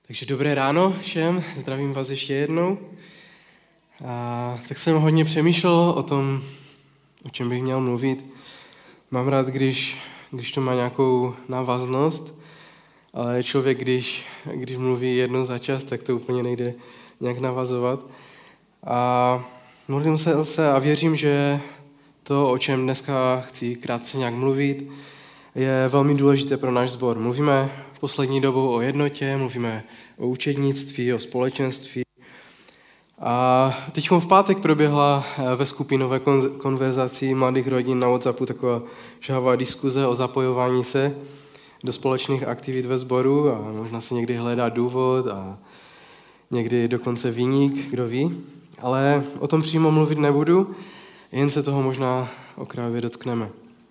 Takže dobré ráno všem, zdravím vás ještě jednou. Tak jsem hodně přemýšlel o tom, o čem bych měl mluvit. Mám rád, když to má nějakou návaznost, ale člověk, když mluví jednou za čas, tak to úplně nejde nějak navazovat. A modlím se a věřím, že to, o čem dneska chci krátce nějak mluvit, je velmi důležité pro náš sbor. Mluvíme poslední dobou o jednotě, mluvíme o učednictví, o společenství. A teď v pátek proběhla ve skupinové konverzaci mladých rodin na WhatsAppu taková žhavá diskuze o zapojování se do společných aktivit ve sboru a možná se někdy hledá důvod a někdy dokonce viník, kdo ví. Ale o tom přímo mluvit nebudu, jen se toho možná okrajově dotkneme.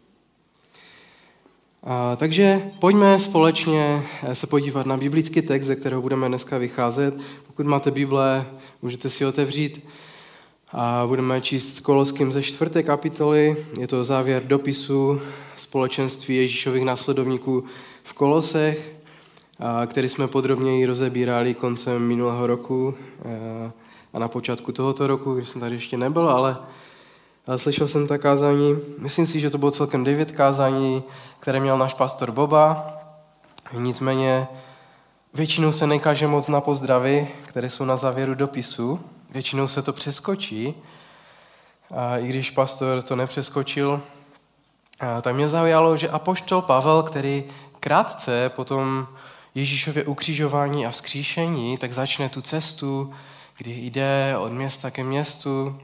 Takže pojďme společně se podívat na biblický text, ze kterého budeme dneska vycházet. Pokud máte Bible, můžete si otevřít. A budeme číst s Koloským ze 4. kapitoly. Je to závěr dopisu společenství Ježíšových následovníků v Kolosech, který jsme podrobněji rozebírali koncem minulého roku a na počátku tohoto roku, když jsem tady ještě nebyl, ale slyšel jsem ta kázání. Myslím si, že to bylo celkem 9 kázání, které měl náš pastor Boba. Nicméně většinou se nekáže moc na pozdravy, které jsou na závěru dopisu. Většinou se to přeskočí. A i když pastor to nepřeskočil, tak mě zaujalo, že apoštol Pavel, který krátce po tom Ježíšově ukřižování a vzkříšení, tak začne tu cestu, kdy jde od města ke městu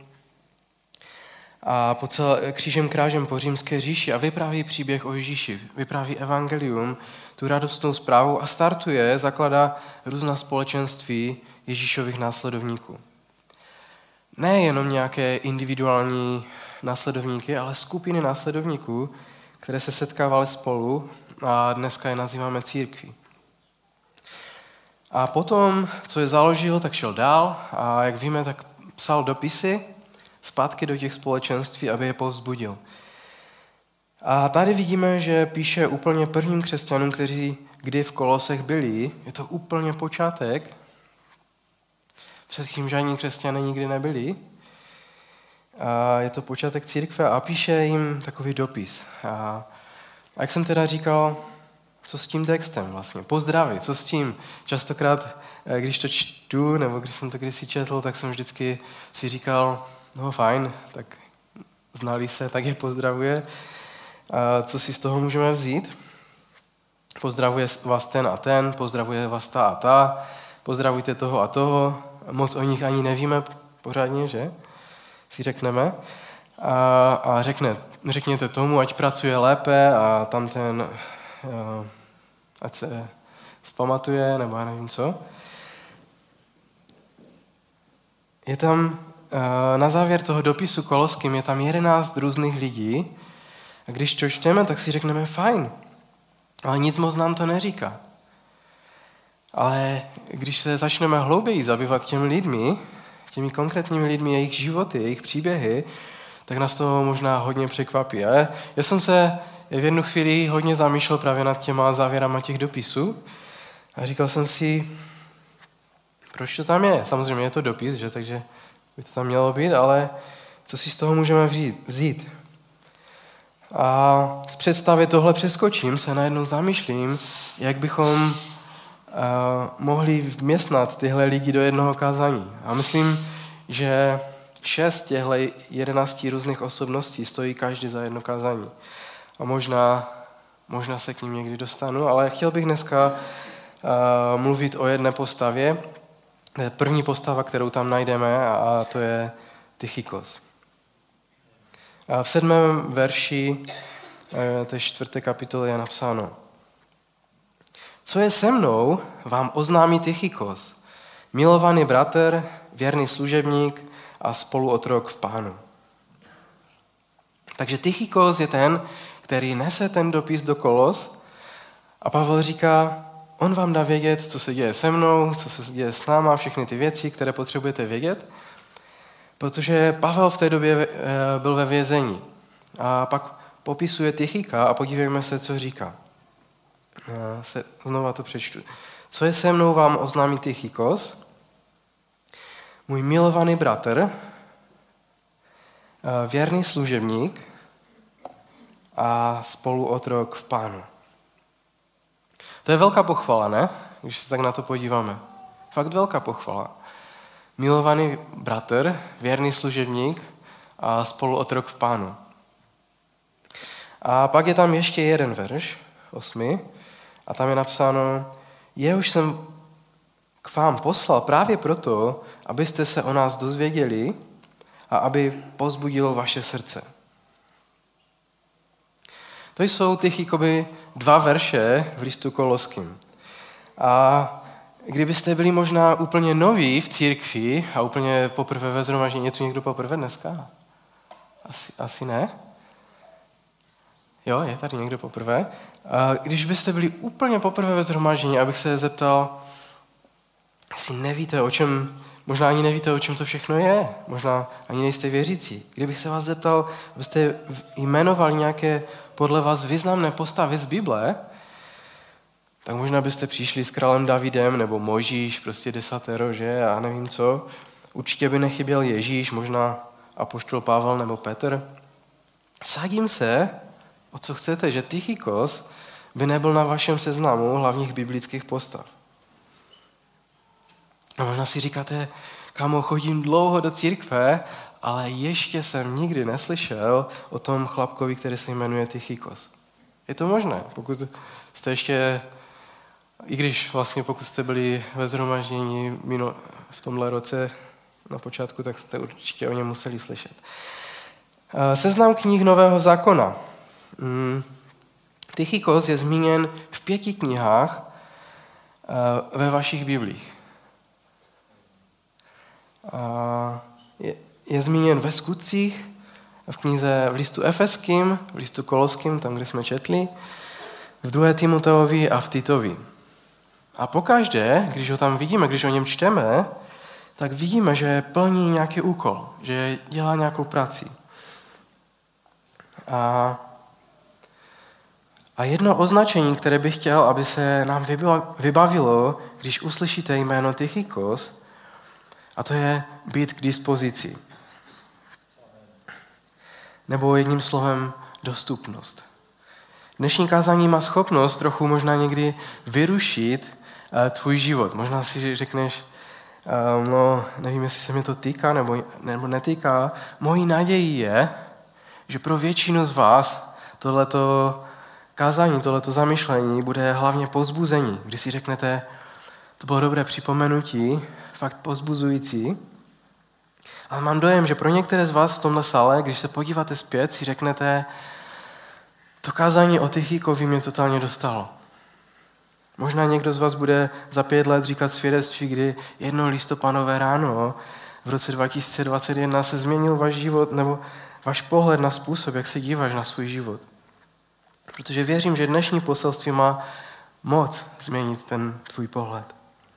a po celé křížem krážem po římské říši a vypráví příběh o Ježíši, vypráví evangelium, tu radostnou zprávu a startuje, zakládá různá společenství Ježíšových následovníků. Ne jenom nějaké individuální následovníky, ale skupiny následovníků, které se setkávaly spolu a dneska je nazýváme církví. A potom, co je založil, tak šel dál a jak víme, tak psal dopisy zpátky do těch společenství, aby je povzbudil. A tady vidíme, že píše úplně prvním křesťanům, kteří kdy v Kolosech byli. Je to úplně počátek. Předtím žádní křesťané nikdy nebyli. A je to počátek církve a píše jim takový dopis. A jak jsem teda říkal, co s tím textem vlastně? Pozdraví, co s tím? Častokrát, když to čtu, nebo když jsem to kdysi četl, tak jsem vždycky si říkal, no fajn, tak znali se, tak je pozdravuje. A co si z toho můžeme vzít? Pozdravuje vás ten a ten, pozdravuje vás ta a ta, pozdravujte toho a toho. Moc o nich ani nevíme pořádně, že? Si řekneme. A řekněte tomu, ať pracuje lépe a tam ten, ať se zpamatuje, nebo já nevím co. Je tam na závěr toho dopisu Koloským je tam 11 různých lidí a když to čteme, tak si řekneme fajn, ale nic moc nám to neříká. Ale když se začneme hlouběji zabývat těmi konkrétními lidmi, jejich životy, jejich příběhy, tak nás to možná hodně překvapí. A já jsem se v jednu chvíli hodně zamýšlel právě nad těma závěrama těch dopisů a říkal jsem si, proč to tam je? Samozřejmě je to dopis, že? Takže by to tam mělo být, ale co si z toho můžeme vzít? A z představy tohle přeskočím, se najednou zamýšlím, jak bychom mohli vměstnat tyhle lidi do jednoho kázání. A myslím, že 6 těchto 11 různých osobností stojí každý za jedno kázání. A možná se k ním někdy dostanu, ale chtěl bych dneska mluvit o jedné postavě. První postava, kterou tam najdeme, a to je Tychikos. A v 7. verši té 4. kapitoly je napsáno: Co je se mnou, vám oznámí Tychikos, milovaný bratr, věrný služebník a spoluotrok v Pánu. Takže Tychikos je ten, který nese ten dopis do Kolos a Pavel říká, on vám dá vědět, co se děje se mnou, co se děje s náma, všechny ty věci, které potřebujete vědět, protože Pavel v té době byl ve vězení. A pak popisuje Tychika a podívejme se, co říká. Znova to přečtu. Co je se mnou, vám oznámí Tychikos, můj milovaný bratr, věrný služebník a spoluotrok v Pánu. To je velká pochvala, ne? Když se tak na to podíváme. Fakt velká pochvala. Milovaný bratr, věrný služebník a spoluotrok v Pánu. A pak je tam ještě jeden verš, 8. A tam je napsáno, jehož jsem k vám poslal právě proto, abyste se o nás dozvěděli a aby povzbudil vaše srdce. To jsou Tychikovi 2 verše v listu Koloským. A kdybyste byli možná úplně noví v církvi a úplně poprvé ve shromaždění, je tu někdo poprvé dneska? Asi ne? Jo, je tady někdo poprvé. A když byste byli úplně poprvé ve shromaždění, abych se zeptal, asi nevíte, možná ani nevíte, o čem to všechno je. Možná ani nejste věřící. Kdybych se vás zeptal, abyste jmenovali nějaké podle vás významné postavy z Bible, tak možná byste přišli s králem Davidem, nebo Mojžíš, prostě 10, že? A nevím co. Určitě by nechyběl Ježíš, možná apoštol Pavel nebo Petr. Vsadím se, o co chcete, že Tychikos by nebyl na vašem seznamu hlavních biblických postav. A možná si říkáte, kámo, chodím dlouho do církve, ale ještě jsem nikdy neslyšel o tom chlapkovi, který se jmenuje Tychikos. Je to možné, pokud jste ještě, i když vlastně pokud jste byli ve shromaždění v tomhle roce na počátku, tak jste určitě o něm museli slyšet. Seznam knih Nového zákona. Tychikos je zmíněn v 5 knihách ve vašich biblích. Je zmíněn ve Skutcích, v listu Efeským, v listu Koloským, tam, kde jsme četli, v 2. Timoteovi a v Titovi. A pokaždé, když ho tam vidíme, když o něm čteme, tak vidíme, že plní nějaký úkol, že dělá nějakou práci. A jedno označení, které bych chtěl, aby se nám vybavilo, když uslyšíte jméno Tychikos, a to je být k dispozici. Nebo jedním slovem dostupnost. Dnešní kázání má schopnost trochu možná někdy vyrušit tvůj život. Možná si řekneš, nevím, jestli se mi to týká nebo netýká. Mojí nadějí je, že pro většinu z vás tohleto kázání, tohleto zamyšlení bude hlavně povzbuzení. Když si řeknete, to bylo dobré připomenutí, fakt povzbuzující. Ale mám dojem, že pro některé z vás v tomhle sále, když se podíváte zpět, si řeknete, to kázání o Tychikovi mě totálně dostalo. Možná někdo z vás bude za 5 let říkat svědectví, kdy jedno listopadové ráno v roce 2021 se změnil váš život nebo váš pohled na způsob, jak se díváš na svůj život. Protože věřím, že dnešní poselství má moc změnit ten tvůj pohled.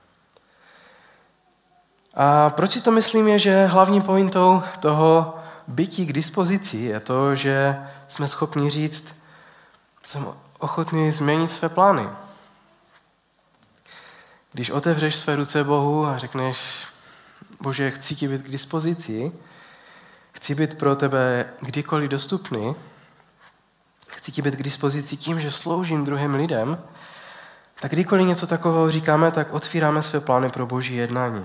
A proč si to myslím je, že hlavní pointou toho bytí k dispozici je to, že jsme schopni říct, jsem ochotný změnit své plány. Když otevřeš své ruce Bohu a řekneš, Bože, chci ti být k dispozici, chci být pro tebe kdykoliv dostupný, chci ti být k dispozici tím, že sloužím druhým lidem, tak kdykoliv něco takového říkáme, tak otvíráme své plány pro Boží jednání.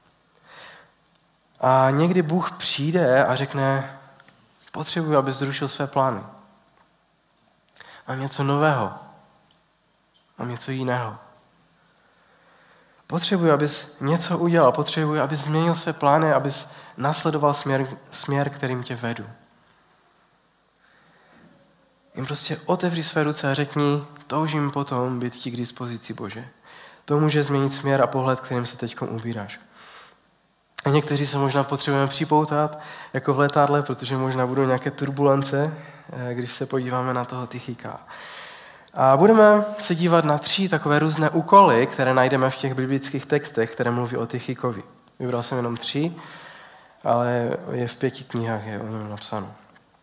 A někdy Bůh přijde a řekne, potřebuji, abys zrušil své plány. Mám něco nového. Mám něco jiného. Potřebuji, abys něco udělal. Potřebuji, abys změnil své plány, abys nasledoval směr, kterým tě vedu. Jim prostě otevři své ruce a řekni, toužím potom být ti k dispozici, Bože. To může změnit směr a pohled, kterým se teď ubíráš. A někteří se možná potřebujeme připoutat, jako v letadle, protože možná budou nějaké turbulence, když se podíváme na toho Tychika. A budeme se dívat na 3 takové různé úkoly, které najdeme v těch biblických textech, které mluví o Tychikovi. Vybral jsem jenom 3, ale je v 5 knihách, je o něm napsáno.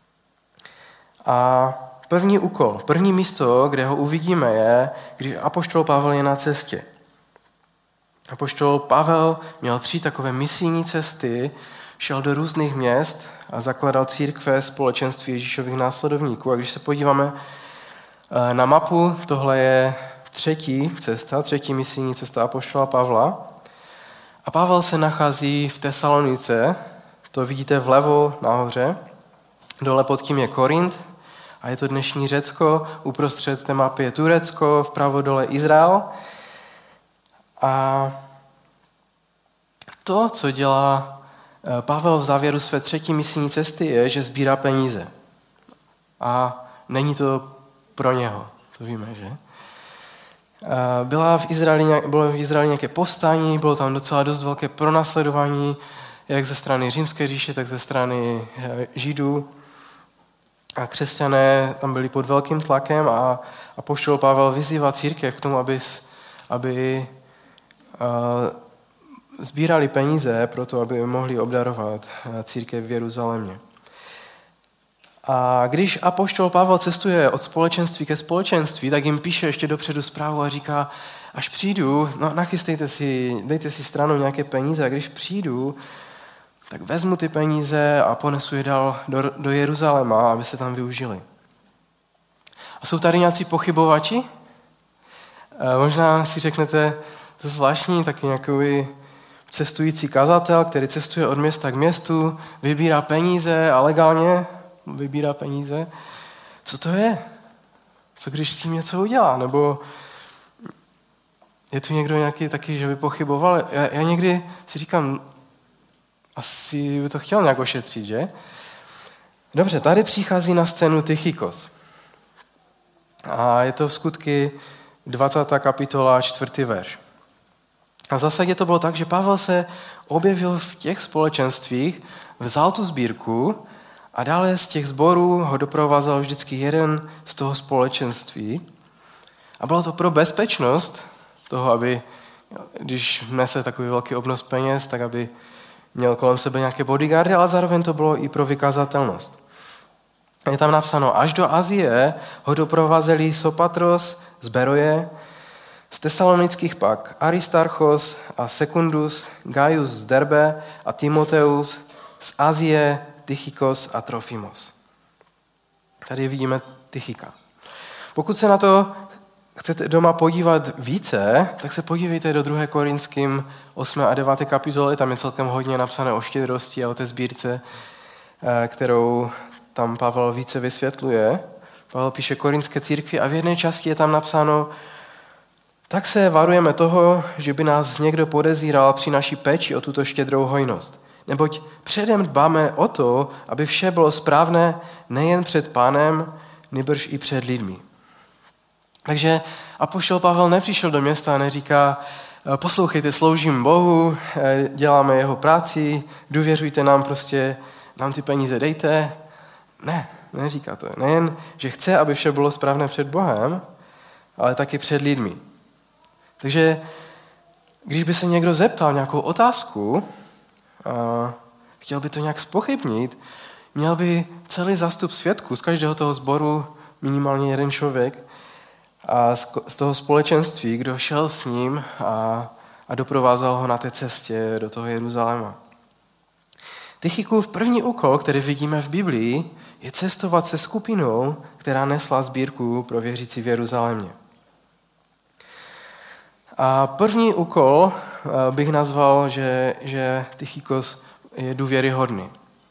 A první úkol, první místo, kde ho uvidíme, je, když apoštol Pavel je na cestě. Apoštol Pavel měl 3 takové misijní cesty, šel do různých měst a zakladal církve, společenství Ježíšových následovníků. A když se podíváme na mapu, tohle je 3. cesta, 3. misijní cesta apoštola Pavla. A Pavel se nachází v Tesalonice, to vidíte vlevo nahoře, dole pod tím je Korint a je to dnešní Řecko, uprostřed té mapy je Turecko, vpravo dole Izrael. A to, co dělá Pavel v závěru své 3. misijní cesty, je, že sbírá peníze. A není to pro něho, to víme, že? Bylo v Izraeli nějaké povstání, bylo tam docela dost velké pronásledování, jak ze strany Římské říše, tak ze strany Židů. A křesťané tam byli pod velkým tlakem a apoštol Pavel vyzývá církev k tomu, aby sbírali peníze pro to, aby mohli obdarovat církev v Jeruzalémě. A když apoštol Pavel cestuje od společenství ke společenství, tak jim píše ještě dopředu zprávu a říká, až přijdu, no nachystejte si, dejte si stranou nějaké peníze a když přijdu, tak vezmu ty peníze a ponesu je dál do Jeruzaléma, aby se tam využili. A jsou tady nějací pochybovači? Možná si řeknete, to je zvláštní, taky nějaký cestující kazatel, který cestuje od města k městu, vybírá peníze a legálně vybírá peníze. Co to je? Co když s tím něco udělá? Nebo je tu někdo nějaký taky, že by pochyboval? Já někdy si říkám, asi by to chtěl nějak ošetřit, že? Dobře, tady přichází na scénu Tychikos. A je to v Skutky 20. kapitola 4. verš. A v zásadě to bylo tak, že Pavel se objevil v těch společenstvích, vzal tu sbírku a dále z těch sborů ho doprovázel vždycky jeden z toho společenství. A bylo to pro bezpečnost toho, aby, když vnese takový velký obnos peněz, tak aby měl kolem sebe nějaké bodyguardy, ale zároveň to bylo i pro vykazatelnost. Je tam napsáno, až do Azie ho doprovázeli Sopatros z Beroje, z Tesalonických pak Aristarchos a Sekundus, Gaius z Derbe a Timoteus, z Azie Tychikos a Trofimos. Tady vidíme Tychika. Pokud se na to chcete doma podívat více, tak se podívejte do 2. Korinským 8. a 9. kapitoly, tam je celkem hodně napsané o štědrosti a o té sbírce, kterou tam Pavel více vysvětluje. Pavel píše Korinské církvi a v jedné části je tam napsáno, tak se varujeme toho, že by nás někdo podezíral při naší péči o tuto štědrou hojnost. Neboť předem dbáme o to, aby vše bylo správné nejen před Pánem, nýbrž i před lidmi. Takže apoštol Pavel nepřišel do města a neříká, poslouchejte, sloužím Bohu, děláme jeho práci, důvěřujte nám, prostě nám ty peníze dejte. Ne, neříká to. Nejen, že chce, aby vše bylo správné před Bohem, ale taky před lidmi. Takže když by se někdo zeptal nějakou otázku, a chtěl by to nějak zpochybnit, měl by celý zástup svědků z každého toho sboru minimálně jeden člověk a z toho společenství, kdo šel s ním a doprovázel ho na té cestě do toho Jeruzaléma. Tychikův první úkol, který vidíme v Biblii, je cestovat se skupinou, která nesla sbírku pro věřící v Jeruzalémě. A první úkol bych nazval, že Tychikos je důvěryhodný.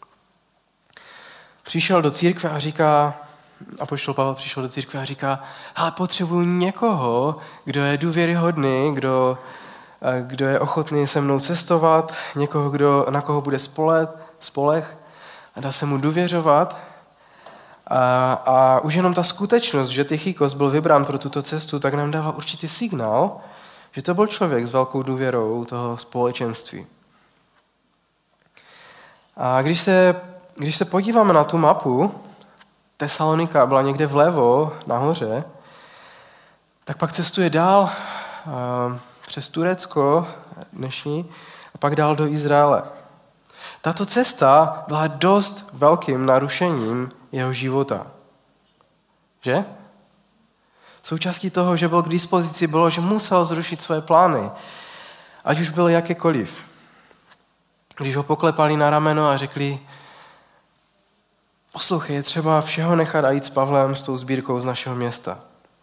Přišel do církve a říká, apoštol Pavel přišel do církve a říká, ale potřebuji někoho, kdo je důvěryhodný, kdo je ochotný se mnou cestovat, někoho, na koho bude spoleh a dá se mu důvěřovat. A už jenom ta skutečnost, že Tychikos byl vybrán pro tuto cestu, tak nám dává určitý signál, že to byl člověk s velkou důvěrou toho společenství. A když se podíváme na tu mapu, Tesalonika byla někde vlevo, nahoře, tak pak cestuje dál přes Turecko dnešní a pak dál do Izraele. Tato cesta byla dost velkým narušením jeho života. Že? Součástí toho, že byl k dispozici, bylo, že musel zrušit své plány. ať už byl jakékoliv. Když ho poklepali na rameno a řekli, poslouchej, je třeba všeho nechat a jít s Pavlem, s tou sbírkou z našeho města.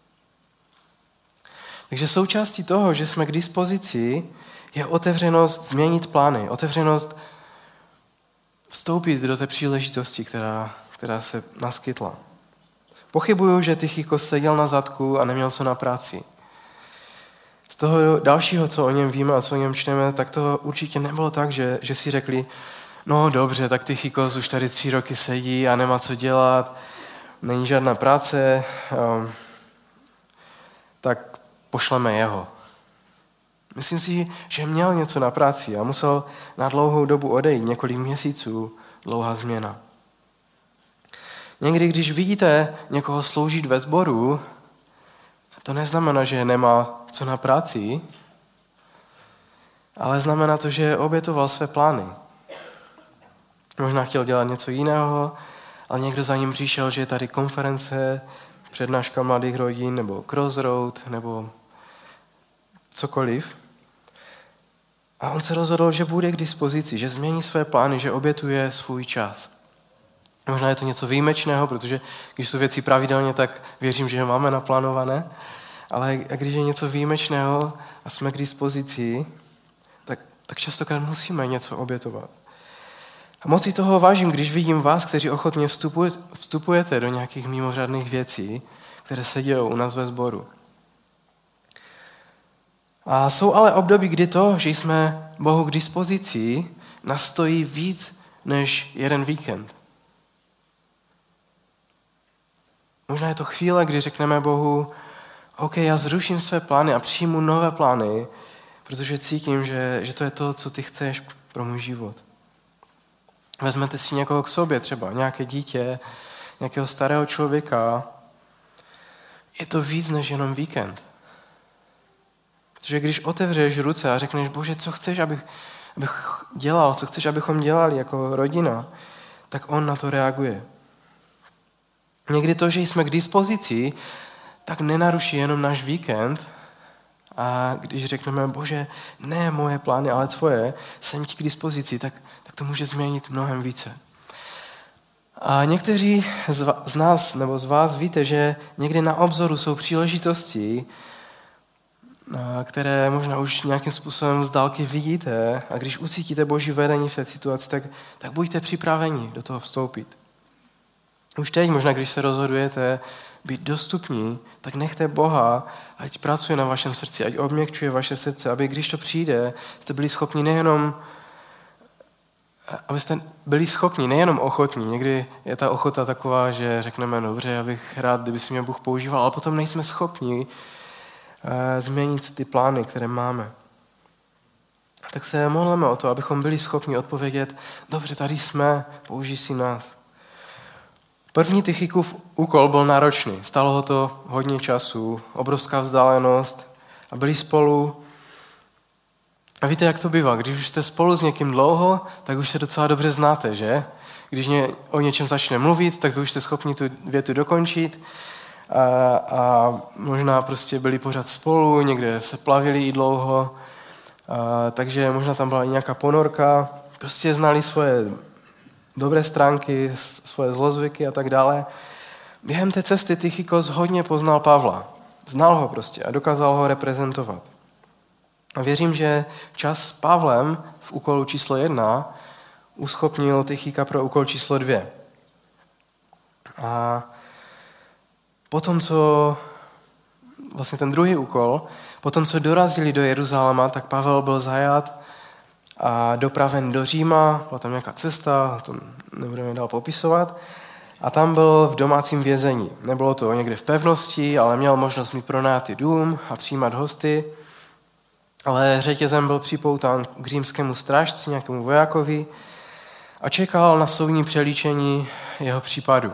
Takže součástí toho, že jsme k dispozici, je otevřenost změnit plány, otevřenost vstoupit do té příležitosti, která se naskytla. Pochybuju, že Tychikos seděl na zadku a neměl co na práci. Z toho dalšího, co o něm víme a co o něm čteme, tak to určitě nebylo tak, že si řekli, no dobře, tak Tychikos už tady 3 roky sedí a nemá co dělat, není žádná práce, tak pošleme jeho. Myslím si, že měl něco na práci a musel na dlouhou dobu odejít, několik měsíců, dlouhá změna. Někdy, když vidíte někoho sloužit ve sboru, to neznamená, že nemá co na práci, ale znamená to, že obětoval své plány. Možná chtěl dělat něco jiného, ale někdo za ním přišel, že je tady konference, přednáška mladých rodin, nebo Crossroad, nebo cokoliv. A on se rozhodl, že bude k dispozici, že změní své plány, že obětuje svůj čas. Možná je to něco výjimečného, protože když jsou věci pravidelně, tak věřím, že je máme naplánované. Ale když je něco výjimečného a jsme k dispozici, tak častokrát musíme něco obětovat. A moc si toho vážím, když vidím vás, kteří ochotně vstupujete do nějakých mimořádných věcí, které se dějou u nás ve sboru. A jsou ale období, kdy to, že jsme Bohu k dispozici, nastojí víc než jeden víkend. Možná je to chvíle, kdy řekneme Bohu, OK, já zruším své plány a přijmu nové plány, protože cítím, že to je to, co ty chceš pro můj život. Vezmete si někoho k sobě, třeba nějaké dítě, nějakého starého člověka. Je to víc než jenom víkend. Protože když otevřeš ruce a řekneš, Bože, co chceš, abych dělal, co chceš, abychom dělali jako rodina, tak on na to reaguje. Někdy to, že jsme k dispozici, tak nenaruší jenom náš víkend. A když řekneme, Bože, ne moje plány, ale tvoje, jsem ti k dispozici, tak to může změnit mnohem více. A někteří z nás nebo z vás víte, že někdy na obzoru jsou příležitosti, které možná už nějakým způsobem z dálky vidíte, a když ucítíte Boží vedení v té situaci, tak buďte připraveni do toho vstoupit. Už teď, možná když se rozhodujete být dostupní, tak nechte Boha, ať pracuje na vašem srdci, ať obměkčuje vaše srdce, aby když to přijde, jste byli schopni nejenom ochotní. Někdy je ta ochota taková, že řekneme, dobře, já bych rád, kdyby si mě Bůh používal, ale potom nejsme schopni změnit ty plány, které máme. Tak se modlíme o to, abychom byli schopni odpovědět, dobře, tady jsme, použij si nás. První Tychikův úkol byl náročný. Stálo ho to hodně času, obrovská vzdálenost a byli spolu. A víte, jak to bývá? Když už jste spolu s někým dlouho, tak už se docela dobře znáte, že? Když o něčem začne mluvit, tak vy už jste schopni tu větu dokončit a možná prostě byli pořád spolu, někde se plavili i dlouho, takže možná tam byla i nějaká ponorka, prostě znali svoje dobré stránky, svoje zlozvyky a tak dále. Během té cesty Tychikos hodně poznal Pavla. Znal ho prostě a dokázal ho reprezentovat. A věřím, že čas s Pavlem v úkolu číslo 1 uschopnil Tychika pro úkol číslo 2. A potom, co vlastně ten druhý úkol, potom, co dorazili do Jeruzaléma, tak Pavel byl zajat a dopraven do Říma, byla tam nějaká cesta, to nebudeme dál popisovat, a tam byl v domácím vězení. Nebylo to někde v pevnosti, ale měl možnost mít pronajatý dům a přijímat hosty, ale řetězem byl připoután k římskému strážci, nějakému vojákovi a čekal na soudní přelíčení jeho případu.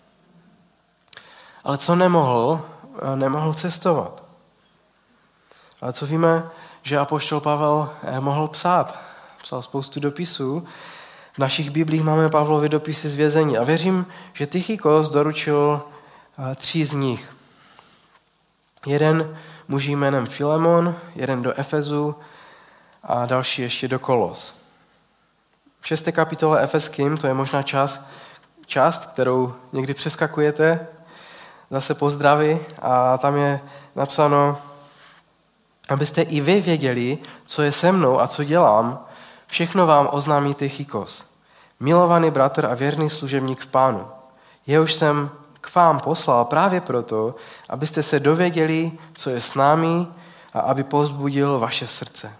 Ale co nemohl cestovat. Ale co víme, že apoštol Pavel mohl psát. Psal spoustu dopisů. V našich biblích máme Pavlovy dopisy z vězení. A věřím, že Tychikos doručil 3 z nich. Jeden muž jménem Filemon, jeden do Efezu a další ještě do Kolos. V 6. kapitole Efeským, to je možná část, kterou někdy přeskakujete, zase pozdraví, a tam je napsáno, abyste i vy věděli, co je se mnou a co dělám, všechno vám oznámí Tychikos, milovaný bratr a věrný služebník v Pánu. Jehož jsem k vám poslal právě proto, abyste se dověděli, co je s námi a aby povzbudil vaše srdce.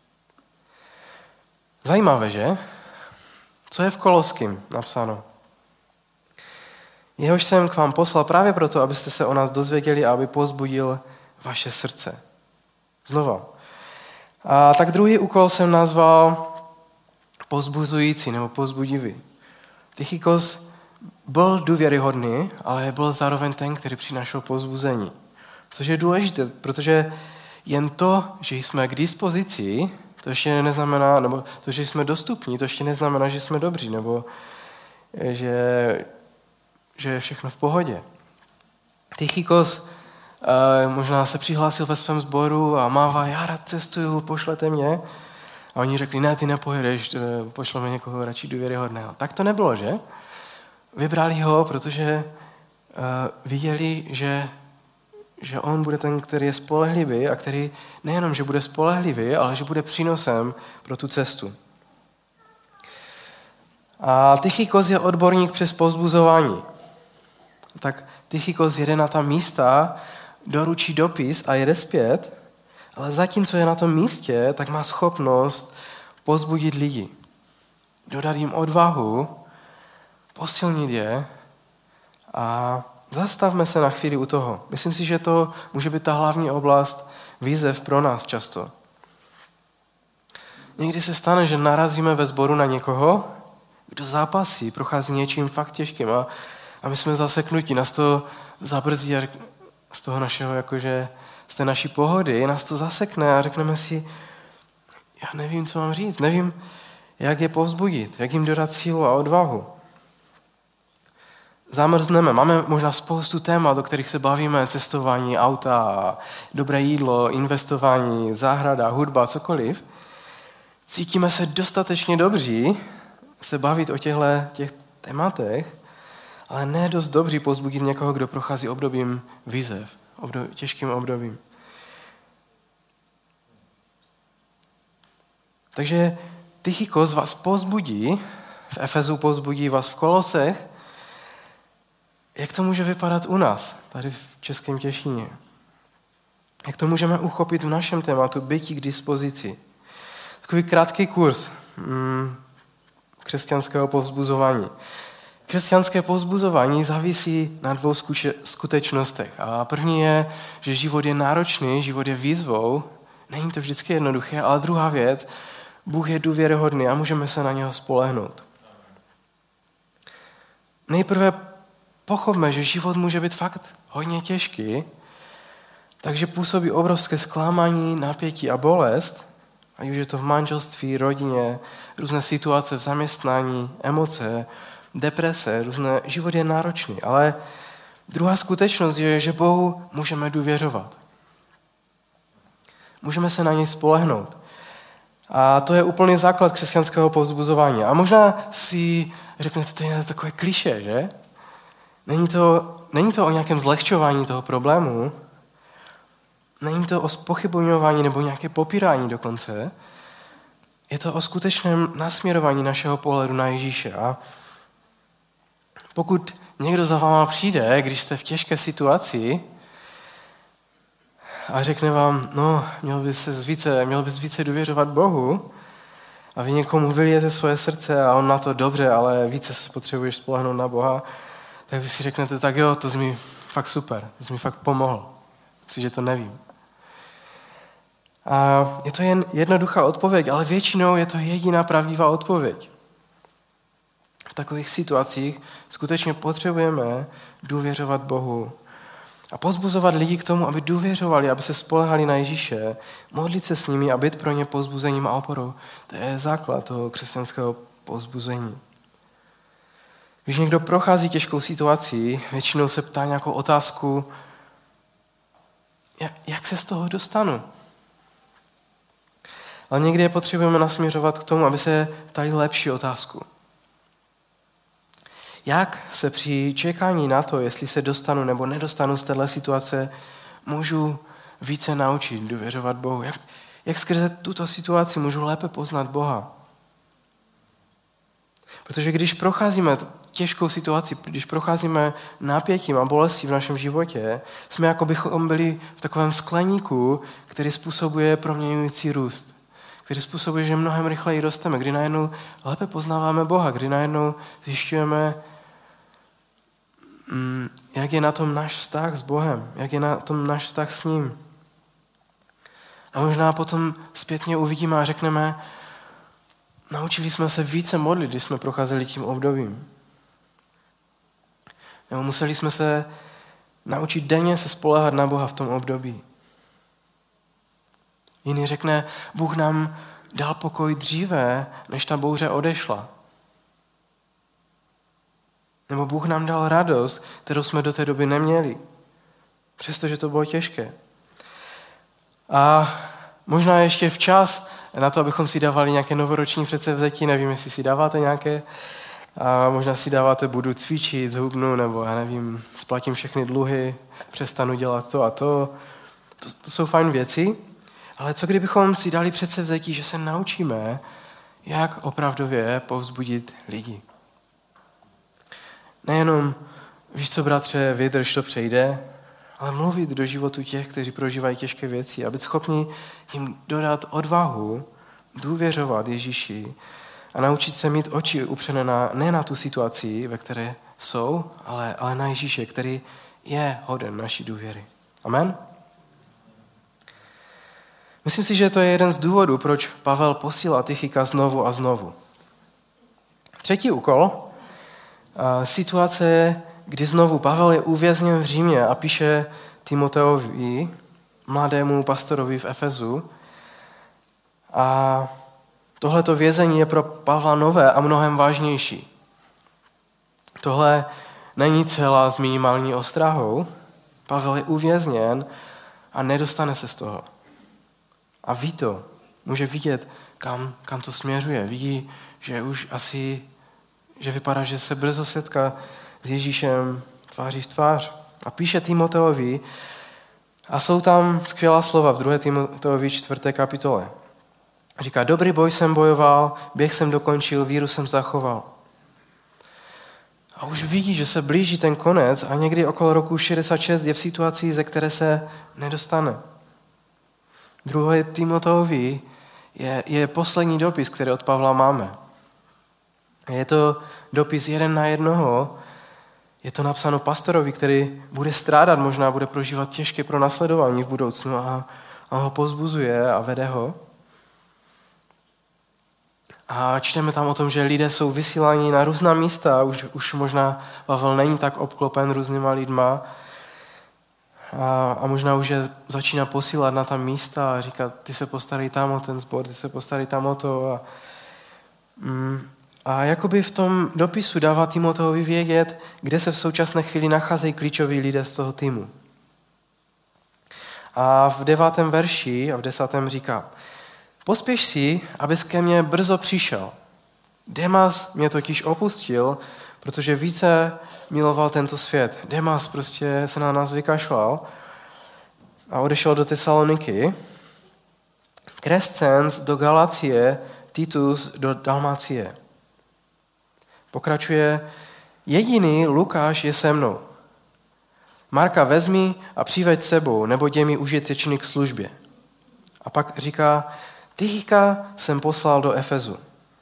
Zajímavé, že? Co je v Koloským napsáno? Jehož jsem k vám poslal právě proto, abyste se o nás dozvěděli a aby povzbudil vaše srdce. Znova. A tak druhý úkol jsem nazval povzbuzující nebo povzbudivý. Tychikos byl důvěryhodný, ale byl zároveň ten, který přinášel povzbuzení. Což je důležité, protože jen to, že jsme k dispozici, to ještě neznamená, nebo to, že jsme dostupní, to ještě neznamená, že jsme dobří, nebo že je všechno v pohodě. Tychikos možná se přihlásil ve svém sboru a mává, já rád cestuju, pošlete mě. A oni řekli, ne, ty nepojedeš, pošleme někoho radši důvěryhodného. Tak to nebylo, že? Vybrali ho, protože viděli, že on bude ten, který je spolehlivý a který nejenom, že bude spolehlivý, ale že bude přínosem pro tu cestu. A Tychikos je odborník přes povzbuzování. Tak Tychikos jede na ta místa, doručí dopis a jede zpět, ale zatímco je na tom místě, tak má schopnost povzbudit lidi. Dodat jim odvahu, posilnit je a zastavme se na chvíli u toho. Myslím si, že to může být ta hlavní oblast výzev pro nás často. Někdy se stane, že narazíme ve sboru na někoho, kdo zápasí, prochází něčím fakt těžkým a my jsme zaseknutí, nás to zabrzdí a z toho našeho, jakože z té naší pohody, nás to zasekne a řekneme si, já nevím, co mám říct, nevím, jak je povzbudit, jak jim dodat sílu a odvahu. Zamrzneme, máme možná spoustu témat, o kterých se bavíme, cestování, auta, dobré jídlo, investování, zahrada, hudba, cokoliv. Cítíme se dostatečně dobří se bavit o těch tématech, ale ne dost dobří povzbudit někoho, kdo prochází obdobím výzev, těžkým obdobím. Takže Tychikos vás povzbudí, v Efezu povzbudí vás v Kolosech. Jak to může vypadat u nás, tady v Českém Těšíně? Jak to můžeme uchopit v našem tématu bytí k dispozici? Takový krátký kurz křesťanského povzbuzování. Křesťanské povzbuzování závisí na dvou skutečnostech. A první je, že život je náročný, život je výzvou. Není to vždycky jednoduché, ale druhá věc, Bůh je důvěryhodný a můžeme se na něho spolehnout. Nejprve pochopme, že život může být fakt hodně těžký, takže působí obrovské zklamání, napětí a bolest, ať už je to v manželství, rodině, různé situace v zaměstnání, emoce, deprese, život je náročný, ale druhá skutečnost je, že Bohu můžeme důvěřovat. Můžeme se na něj spolehnout. A to je úplný základ křesťanského povzbuzování. A možná si řeknete, to je takové klišé, že? Není to o nějakém zlehčování toho problému, není to o zpochybňování nebo nějaké popírání dokonce, je to o skutečném nasměrování našeho pohledu na Ježíše. A pokud někdo za váma přijde, když jste v těžké situaci a řekne vám, no, měl bys více důvěřovat Bohu a vy někomu vylijete svoje srdce a on na to dobře, ale více se potřebuješ spolehnout na Boha, tak vy si řeknete, tak jo, to jsi mi fakt super, to jsi mi fakt pomohl. Myslím, že to nevím. A je to jen jednoduchá odpověď, ale většinou je to jediná pravdivá odpověď. V takových situacích skutečně potřebujeme důvěřovat Bohu a povzbuzovat lidi k tomu, aby důvěřovali, aby se spolehali na Ježíše, modlit se s nimi a být pro ně povzbuzením a oporou. To je základ toho křesťanského povzbuzení. Když někdo prochází těžkou situací, většinou se ptá nějakou otázku, jak se z toho dostanu? Ale někdy je potřebujeme nasměřovat k tomu, aby se ptali lepší otázku. Jak se při čekání na to, jestli se dostanu nebo nedostanu z této situace, můžu více naučit důvěřovat Bohu? Jak skrze tuto situaci můžu lépe poznat Boha? Protože když procházíme těžkou situaci, když procházíme napětím a bolestí v našem životě, jsme jako bychom byli v takovém skleníku, který způsobuje proměňující růst. Který způsobuje, že mnohem rychleji rosteme, kdy najednou lépe poznáváme Boha, kdy najednou zjišťujeme, jak je na tom náš vztah s Bohem, jak je na tom náš vztah s ním. A možná potom zpětně uvidíme a řekneme, naučili jsme se více modlit, když jsme procházeli tím obdobím. Nebo museli jsme se naučit denně se spoléhat na Boha v tom období. Jiný řekne, Bůh nám dal pokoj dříve, než ta bouře odešla. Nebo Bůh nám dal radost, kterou jsme do té doby neměli. Přestože to bylo těžké. A možná ještě včas na to, abychom si dávali nějaké novoroční předsevzetí, nevím, jestli si dáváte nějaké, a možná si dáváte, budu cvičit, zhubnu, nebo já nevím, splatím všechny dluhy, přestanu dělat to a to. To jsou fajn věci, ale co kdybychom si dali předsevzetí, že se naučíme, jak opravdově povzbudit lidi. Nejenom, víš co, bratře, vydrž, to přejde, ale mluvit do životu těch, kteří prožívají těžké věci a být schopni jim dodat odvahu, důvěřovat Ježíši a naučit se mít oči upřené ne na tu situaci, ve které jsou, ale na Ježíše, který je hoden naší důvěry. Amen? Myslím si, že to je jeden z důvodů, proč Pavel posílá Tychika znovu a znovu. Třetí úkol, situace, kdy znovu Pavel je uvězněn v Římě a píše Timoteovi, mladému pastorovi v Efezu. A tohleto vězení je pro Pavla nové a mnohem vážnější. Tohle není celá s minimální ostrahou. Pavel je uvězněn a nedostane se z toho. A ví to. Může vidět, kam to směřuje. Vidí, že už asi, že vypadá, že se brzo setká s Ježíšem tváří v tvář. A píše Timoteovi, a jsou tam skvělá slova v 2. Timoteovi 4. kapitole. Říká, dobrý boj jsem bojoval, běh jsem dokončil, víru jsem zachoval. A už vidí, že se blíží ten konec a někdy okolo roku 66 je v situaci, ze které se nedostane. 2. Timoteovi je poslední dopis, který od Pavla máme. Je to dopis 1:1. Je to napsáno pastorovi, který bude strádat, možná bude prožívat těžké pronásledování v budoucnu a ho povzbuzuje a vede ho. A čteme tam o tom, že lidé jsou vysíláni na různá místa, už možná Pavel není tak obklopen různýma lidma a možná už je začíná posílat na ta místa a říkat, ty se postarej tam o ten sbor, ty se postarej tam o to. A jakoby v tom dopisu dává Timoteovi vědět, kde se v současné chvíli nacházejí klíčoví lidé z toho týmu. A v 9. verši a v 10. říká, pospěš si, abys ke mně brzo přišel. Demas mě totiž opustil, protože více miloval tento svět. Demas prostě se na nás vykašlal a odešel do Tesaloniky. Krescens do Galacie, Titus do Dalmácie. Pokračuje, jediný Lukáš je se mnou. Marka vezmi a přiveď sebou, neboť je mi užitečný k službě. A pak říká, Tychika jsem poslal do Efezu.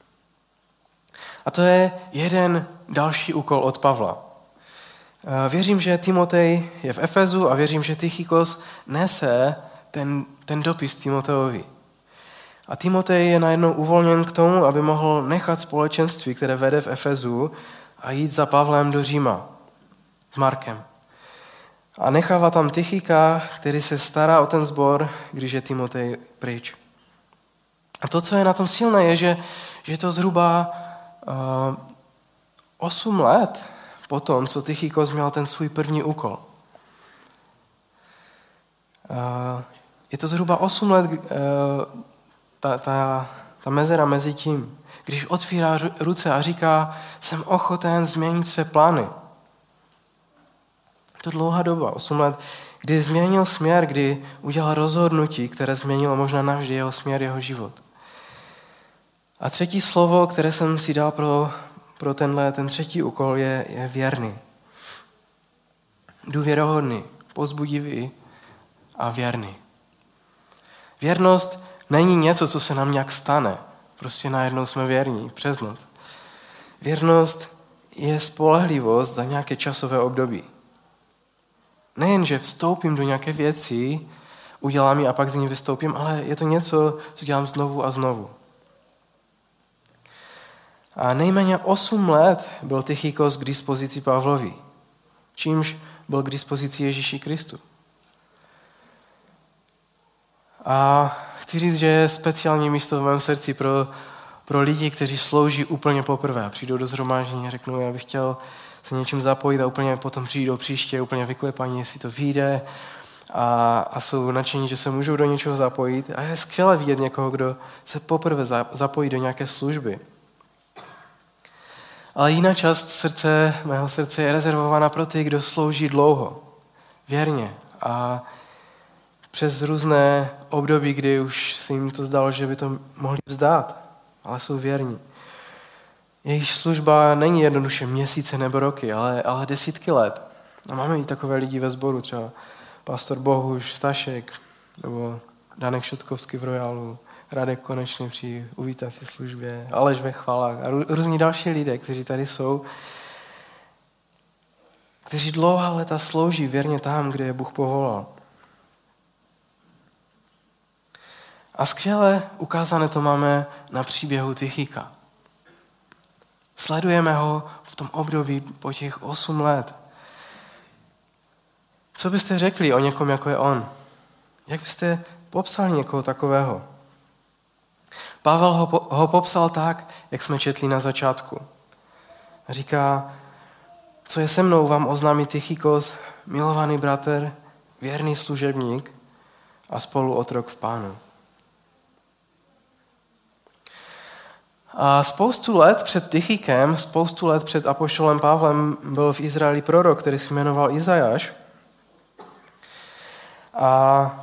A to je jeden další úkol od Pavla. Věřím, že Timotej je v Efezu a věřím, že Tychikos nese ten dopis Timoteovi. A Timotej je najednou uvolněn k tomu, aby mohl nechat společenství, které vede v Efezu a jít za Pavlem do Říma s Markem. A nechává tam Tychika, který se stará o ten sbor, když je Timotej pryč. A to, co je na tom silné, je, že je to zhruba 8 let potom, co Tychikos měl ten svůj první úkol. Je to zhruba 8 let ta mezera mezi tím, když otvírá ruce a říká, jsem ochoten změnit své plány. To dlouhá doba, 8 let, kdy změnil směr, kdy udělal rozhodnutí, které změnilo možná navždy jeho směr, jeho život. A třetí slovo, které jsem si dal pro ten třetí úkol, je věrný. Důvěryhodný, povzbudivý a věrný. Věrnost není něco, co se nám nějak stane. Prostě najednou jsme věrní, přes noc. Věrnost je spolehlivost za nějaké časové období. Nejen, že vstoupím do nějaké věci, udělám ji a pak z ní vystoupím, ale je to něco, co dělám znovu a znovu. A nejméně 8 let byl Tychikos k dispozici Pavlovi, čímž byl k dispozici Ježíši Kristu. A chci říct, že je speciální místo v mém srdci pro lidi, kteří slouží úplně poprvé a přijdou do shromáždění a řeknou, já bych chtěl se něčím zapojit a úplně potom přijdou příště úplně vyklepaní, jestli to vyjde a jsou nadšení, že se můžou do něčeho zapojit. A je skvělé vidět někoho, kdo se poprvé zapojí do nějaké služby. Ale jiná část mého srdce je rezervována pro ty, kdo slouží dlouho, věrně a přes různé období, kdy už se jim to zdalo, že by to mohli vzdát, ale jsou věrní. Jejich služba není jednoduše měsíce nebo roky, ale desítky let. A máme i takové lidi ve sboru, třeba pastor Bohuš, Stašek, nebo Danek Šotkovský v Royalu, Radek Konečný při uvítací službě, Aleš ve chvalách a různí další lidé, kteří tady jsou, kteří dlouhá léta slouží věrně tam, kde je Bůh povolal. A skvěle ukázané to máme na příběhu Tychika. Sledujeme ho v tom období po těch 8 let. Co byste řekli o někom, jako je on? Jak byste popsali někoho takového? Pavel ho popsal tak, jak jsme četli na začátku. Říká, co je se mnou, vám oznámí Tychikos, milovaný bratr, věrný služebník a spoluotrok v Pánu. A spoustu let před Tychikem, spoustu let před apoštolem Pavlem byl v Izraeli prorok, který se jmenoval Izajáš. A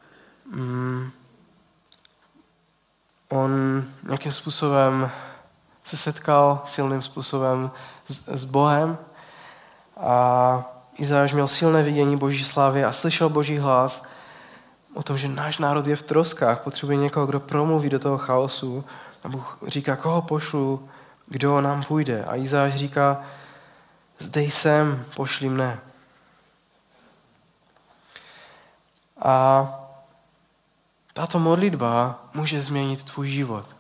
on nějakým způsobem se setkal silným způsobem s Bohem a Izajáš měl silné vidění Boží slávy a slyšel Boží hlas o tom, že náš národ je v troskách, potřebuje někoho, kdo promluví do toho chaosu. A Bůh říká, koho pošlu, kdo nám půjde. A Izajáš říká, zde jsem, pošli mne. A tato modlitba může změnit tvůj život.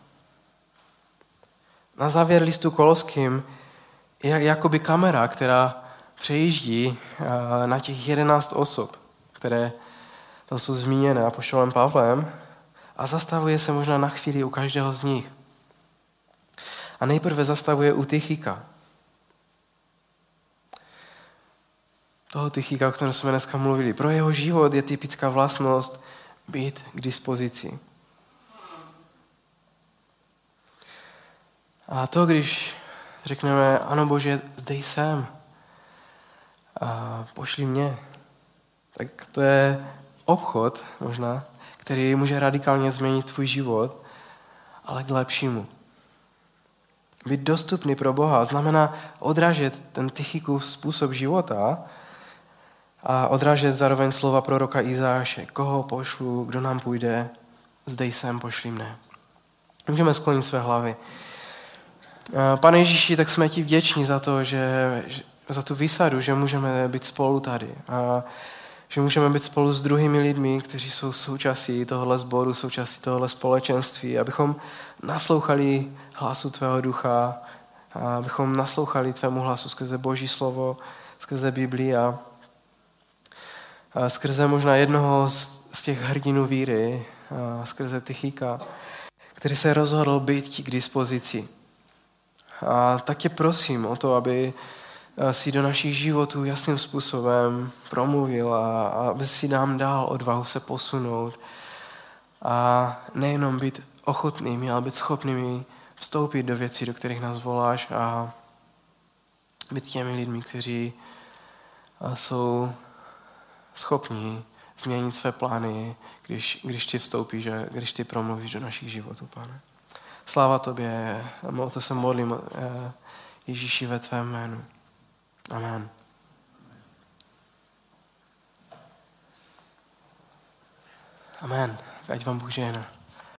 Na závěr listu Koloským je jakoby kamera, která přejíždí na těch 11 osob, které tam jsou zmíněné apoštolem Pavlem a zastavuje se možná na chvíli u každého z nich. A nejprve zastavuje u Tychika. Toho Tychika, o kterém jsme dneska mluvili. Pro jeho život je typická vlastnost být k dispozici. A to, když řekneme, ano Bože, zde jsem, a pošli mě, tak to je obchod možná, který může radikálně změnit tvůj život, ale k lepšímu. Být dostupný pro Boha znamená odrážet ten Tychikův způsob života a odrážet zároveň slova proroka Izajáše. Koho pošlu, kdo nám půjde, zde jsem, pošli mne. Můžeme sklonit své hlavy. Pane Ježíši, tak jsme ti vděční za to, za tu výsadu, že můžeme být spolu tady. A že můžeme být spolu s druhými lidmi, kteří jsou součástí tohohle sboru, součástí tohohle společenství, abychom naslouchali hlasu tvého ducha, abychom naslouchali tvému hlasu skrze Boží slovo, skrze Biblii a skrze možná jednoho z těch hrdinů víry, skrze Tychika, který se rozhodl být ti k dispozici. A tak tě prosím o to, aby si do našich životů jasným způsobem promluvil a aby si nám dal odvahu se posunout a nejenom být ochotnými, ale být schopnými vstoupit do věcí, do kterých nás voláš a být těmi lidmi, kteří jsou schopní změnit své plány, když ty vstoupíš a když ty promluvíš do našich životů, Pane. Sláva tobě, o to se modlím, Ježíši, ve tvém jménu. Amen. Amen. Ať vám Bůh žehná.